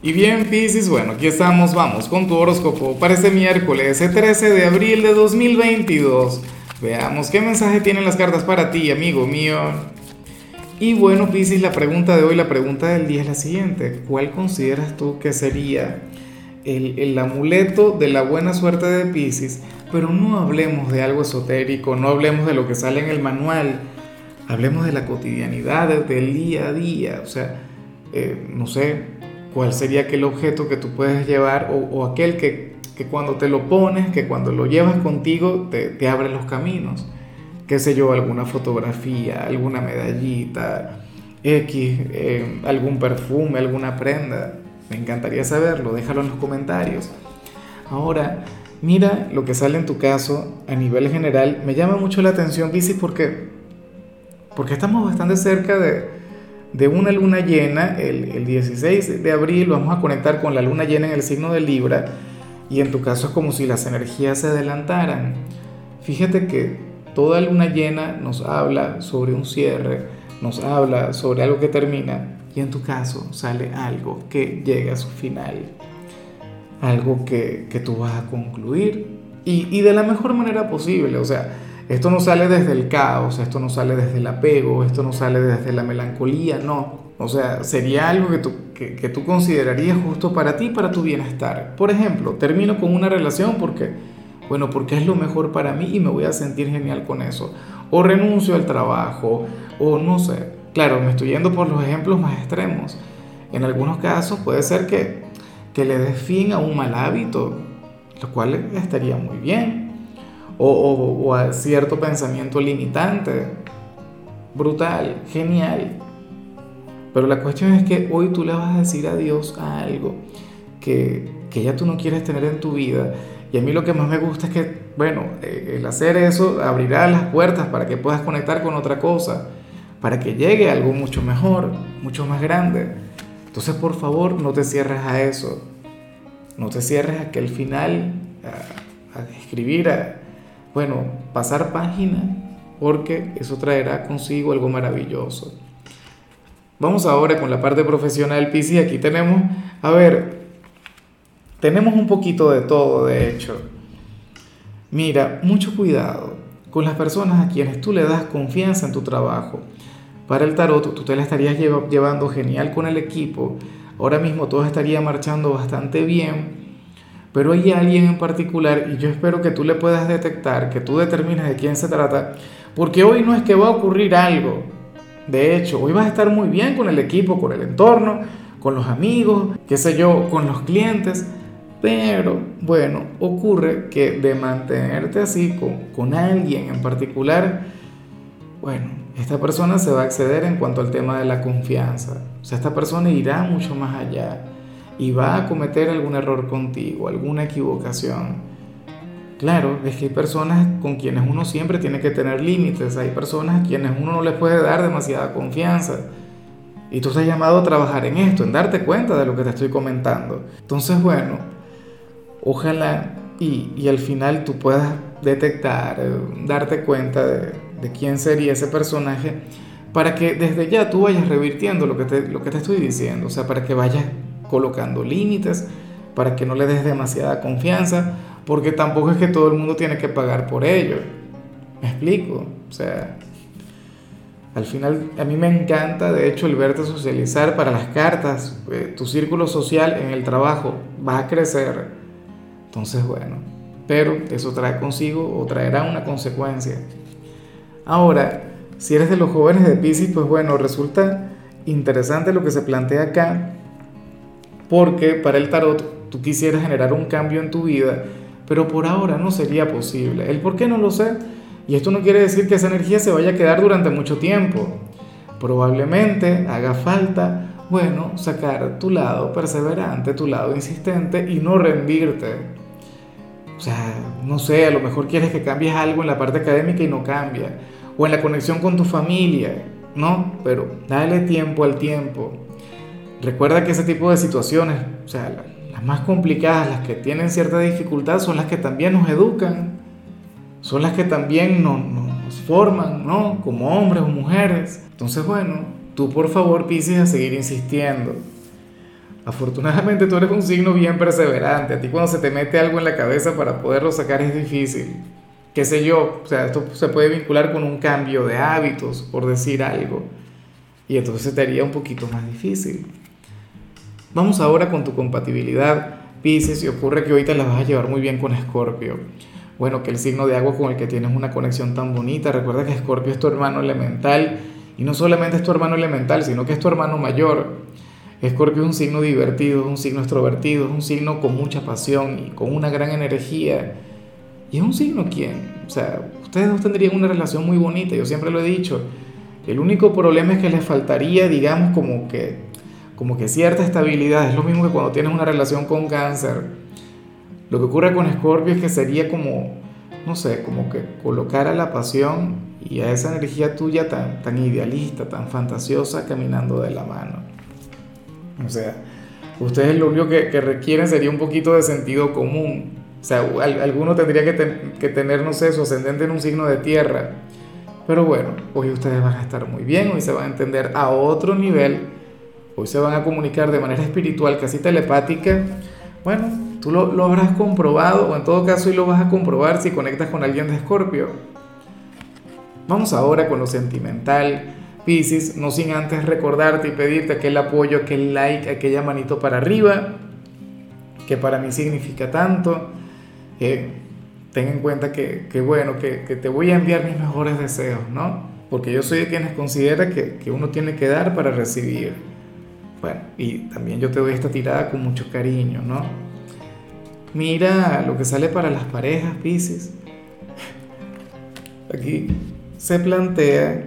Y bien, Piscis, bueno, aquí estamos, vamos con tu horóscopo para este miércoles, el 13 de abril de 2022. Veamos qué mensaje tienen las cartas para ti, amigo mío. Y bueno, Piscis, la pregunta de hoy, la pregunta del día es la siguiente. ¿Cuál consideras tú que sería el amuleto de la buena suerte de Piscis? Pero no hablemos de algo esotérico, no hablemos de lo que sale en el manual, hablemos de la cotidianidad, del día a día. O sea, no sé. ¿Cuál sería aquel objeto que tú puedes llevar o aquel que cuando te lo pones, que cuando lo llevas contigo te abre los caminos? Qué sé yo, alguna fotografía, alguna medallita, X, algún perfume, alguna prenda. Me encantaría saberlo, déjalo en los comentarios. Ahora, mira lo que sale en tu caso a nivel general. Me llama mucho la atención, Piscis, porque estamos bastante cerca de una luna llena, el 16 de abril vamos a conectar con la luna llena en el signo de Libra y en tu caso es como si las energías se adelantaran. Fíjate que toda luna llena nos habla sobre un cierre, nos habla sobre algo que termina y en tu caso sale algo que llega a su final, algo que tú vas a concluir y de la mejor manera posible. O sea, esto no sale desde el caos, esto no sale desde el apego, esto no sale desde la melancolía, no. O sea, sería algo que tú considerarías justo para ti, para tu bienestar. Por ejemplo, termino con una relación porque es lo mejor para mí y me voy a sentir genial con eso. O renuncio al trabajo, o no sé. Claro, me estoy yendo por los ejemplos más extremos. En algunos casos puede ser que le des fin a un mal hábito, lo cual estaría muy bien. O a cierto pensamiento limitante. Brutal, genial. Pero la cuestión es que hoy tú le vas a decir adiós a algo que ya tú no quieres tener en tu vida. Y a mí lo que más me gusta es que, bueno, el hacer eso abrirá las puertas para que puedas conectar con otra cosa, para que llegue algo mucho mejor, mucho más grande. Entonces, por favor, no te cierres a eso. No te cierres a que al final, a escribir, bueno, pasar página, porque eso traerá consigo algo maravilloso. Vamos ahora con la parte profesional, Piscis. Aquí tenemos, a ver, tenemos un poquito de todo, de hecho. Mira, mucho cuidado con las personas a quienes tú le das confianza en tu trabajo. Para el tarot, tú te la estarías llevando genial con el equipo. Ahora mismo todo estaría marchando bastante bien. Pero hay alguien en particular y yo espero que tú le puedas detectar, que tú determines de quién se trata, porque hoy no es que va a ocurrir algo. De hecho, hoy vas a estar muy bien con el equipo, con el entorno, con los amigos, qué sé yo, con los clientes, pero bueno, ocurre que de mantenerte así con alguien en particular, bueno, esta persona se va a exceder en cuanto al tema de la confianza. O sea, esta persona irá mucho más allá y va a cometer algún error contigo, alguna equivocación. Claro, es que hay personas con quienes uno siempre tiene que tener límites, hay personas a quienes uno no les puede dar demasiada confianza. Y tú estás llamado a trabajar en esto, en darte cuenta de lo que te estoy comentando. Entonces, bueno, ojalá y al final tú puedas detectar, darte cuenta de quién sería ese personaje para que desde ya tú vayas revirtiendo lo que te estoy diciendo. O sea, para que vayas colocando límites, para que no le des demasiada confianza, porque tampoco es que todo el mundo tiene que pagar por ello. ¿Me explico? O sea, al final a mí me encanta, de hecho, el verte socializar para las cartas. Tu círculo social en el trabajo va a crecer. Entonces, bueno, pero eso trae consigo o traerá una consecuencia. Ahora, si eres de los jóvenes de Piscis, pues bueno, resulta interesante lo que se plantea acá, porque para el tarot tú quisieras generar un cambio en tu vida, pero por ahora no sería posible. ¿El por qué? No lo sé. Y esto no quiere decir que esa energía se vaya a quedar durante mucho tiempo. Probablemente haga falta, bueno, sacar tu lado perseverante, tu lado insistente y no rendirte. O sea, no sé, a lo mejor quieres que cambies algo en la parte académica y no cambia. O en la conexión con tu familia, ¿no? Pero dale tiempo al tiempo. Recuerda que ese tipo de situaciones, o sea, las más complicadas, las que tienen cierta dificultad, son las que también nos educan, son las que también nos forman, ¿no? Como hombres o mujeres. Entonces, bueno, tú por favor, Piscis, a seguir insistiendo. Afortunadamente tú eres un signo bien perseverante. A ti cuando se te mete algo en la cabeza para poderlo sacar es difícil. Qué sé yo, o sea, esto se puede vincular con un cambio de hábitos, por decir algo. Y entonces se te haría un poquito más difícil. Vamos ahora con tu compatibilidad, Piscis, y ocurre que ahorita la vas a llevar muy bien con Escorpio. Bueno, que el signo de agua con el que tienes una conexión tan bonita. Recuerda que Escorpio es tu hermano elemental, y no solamente es tu hermano elemental, sino que es tu hermano mayor. Escorpio es un signo divertido, es un signo extrovertido, es un signo con mucha pasión y con una gran energía. Y es un signo quien, o sea, ustedes dos tendrían una relación muy bonita, yo siempre lo he dicho. El único problema es que les faltaría, digamos, como que cierta estabilidad. Es lo mismo que cuando tienes una relación con Cáncer. Lo que ocurre con Escorpio es que sería como, no sé, como que colocar a la pasión y a esa energía tuya tan idealista, tan fantasiosa, caminando de la mano. O sea, ustedes lo único que requieren sería un poquito de sentido común. O sea, alguno tendría que tener, no sé, su ascendente en un signo de tierra. Pero bueno, hoy ustedes van a estar muy bien, hoy se van a entender a otro nivel, hoy se van a comunicar de manera espiritual, casi telepática. Bueno, tú lo habrás comprobado, o en todo caso hoy lo vas a comprobar si conectas con alguien de Escorpio. Vamos ahora con lo sentimental, Piscis, no sin antes recordarte y pedirte aquel apoyo, aquel like, aquella manito para arriba, que para mí significa tanto. Ten en cuenta bueno, que te voy a enviar mis mejores deseos, ¿no? Porque yo soy de quienes considera que uno tiene que dar para recibir. Bueno, y también yo te doy esta tirada con mucho cariño, ¿no? Mira lo que sale para las parejas, Piscis. Aquí se plantea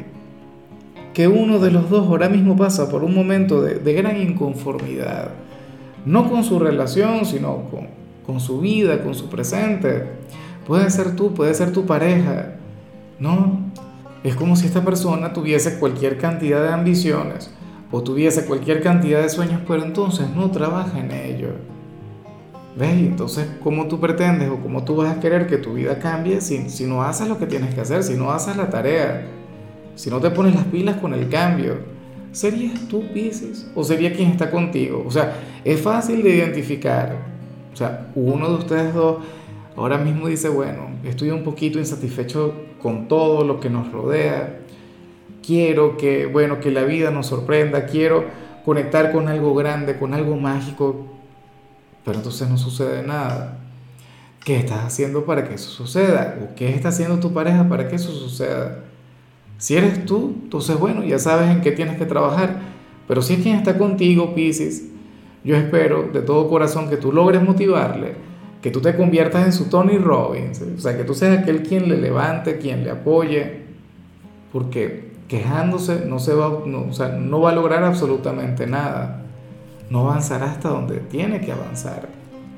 que uno de los dos ahora mismo pasa por un momento de gran inconformidad, no con su relación, sino con su vida, con su presente. Puede ser tú, puede ser tu pareja, ¿no? Es como si esta persona tuviese cualquier cantidad de ambiciones o tuviese cualquier cantidad de sueños, pero entonces no trabaja en ello. ¿Ves? Entonces, ¿cómo tú pretendes o cómo tú vas a querer que tu vida cambie si no haces lo que tienes que hacer, si no haces la tarea, si no te pones las pilas con el cambio? ¿Serías tú, Piscis? ¿O sería quien está contigo? O sea, es fácil de identificar. O sea, uno de ustedes dos ahora mismo dice, bueno, estoy un poquito insatisfecho con todo lo que nos rodea. Quiero que, bueno, que la vida nos sorprenda. Quiero conectar con algo grande, con algo mágico. Pero entonces no sucede nada. ¿Qué estás haciendo para que eso suceda? ¿O qué está haciendo tu pareja para que eso suceda? Si eres tú, entonces bueno, ya sabes en qué tienes que trabajar. Pero si es quien está contigo, Piscis, yo espero de todo corazón que tú logres motivarle, que tú te conviertas en su Tony Robbins, o sea, que tú seas aquel quien le levante, quien le apoye, porque quejándose no se va, no, o sea, no va a lograr absolutamente nada, no avanzará hasta donde tiene que avanzar.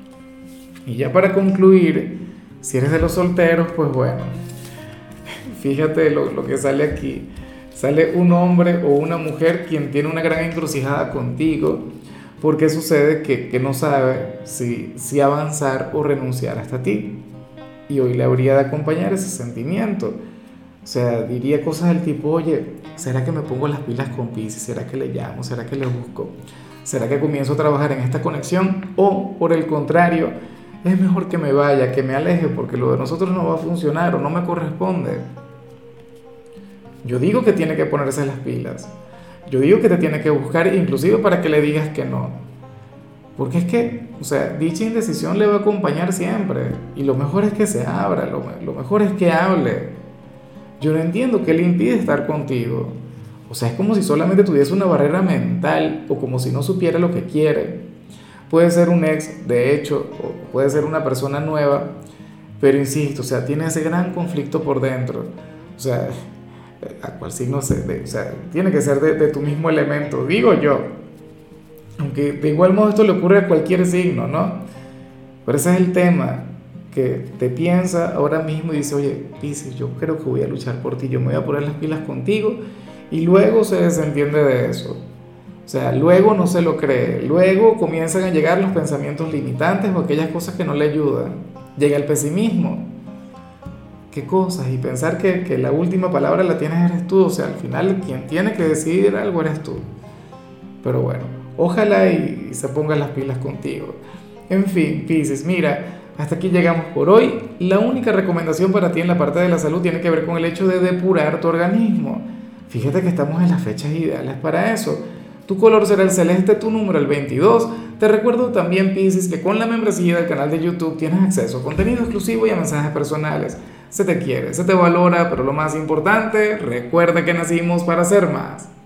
Y ya para concluir, si eres de los solteros, pues bueno, fíjate lo que sale aquí. Sale un hombre o una mujer quien tiene una gran encrucijada contigo, porque sucede que no sabe si avanzar o renunciar hasta ti. Y hoy le habría de acompañar ese sentimiento. O sea, diría cosas del tipo, oye, ¿será que me pongo las pilas con Piscis? ¿Será que le llamo? ¿Será que le busco? ¿Será que comienzo a trabajar en esta conexión? O, por el contrario, es mejor que me vaya, que me aleje, porque lo de nosotros no va a funcionar o no me corresponde. Yo digo que tiene que ponerse las pilas. Yo digo que te tiene que buscar, inclusive para que le digas que no. Porque es que, o sea, dicha indecisión le va a acompañar siempre. Y lo mejor es que se abra, lo mejor es que hable. Yo no entiendo qué le impide estar contigo. O sea, es como si solamente tuviese una barrera mental o como si no supiera lo que quiere. Puede ser un ex, de hecho, o puede ser una persona nueva, pero insisto, o sea, tiene ese gran conflicto por dentro. O sea, a cual signo o sea, tiene que ser de tu mismo elemento, digo yo. Aunque de igual modo esto le ocurre a cualquier signo, ¿no? Pero ese es el tema, que te piensa ahora mismo y dice, oye, Piscis, yo creo que voy a luchar por ti, yo me voy a poner las pilas contigo, y luego se desentiende de eso. O sea, luego no se lo cree, luego comienzan a llegar los pensamientos limitantes o aquellas cosas que no le ayudan. Llega el pesimismo. ¿Qué cosas? Y pensar que la última palabra la tienes eres tú. O sea, al final quien tiene que decidir algo eres tú. Pero bueno, ojalá y se ponga las pilas contigo. En fin, Piscis, mira, hasta aquí llegamos por hoy. La única recomendación para ti en la parte de la salud tiene que ver con el hecho de depurar tu organismo. Fíjate que estamos en las fechas ideales para eso. Tu color será el celeste, tu número el 22. Te recuerdo también, Piscis, que con la membresía del canal de YouTube tienes acceso a contenido exclusivo y a mensajes personales. Se te quiere, se te valora, pero lo más importante, recuerda que nacimos para ser más.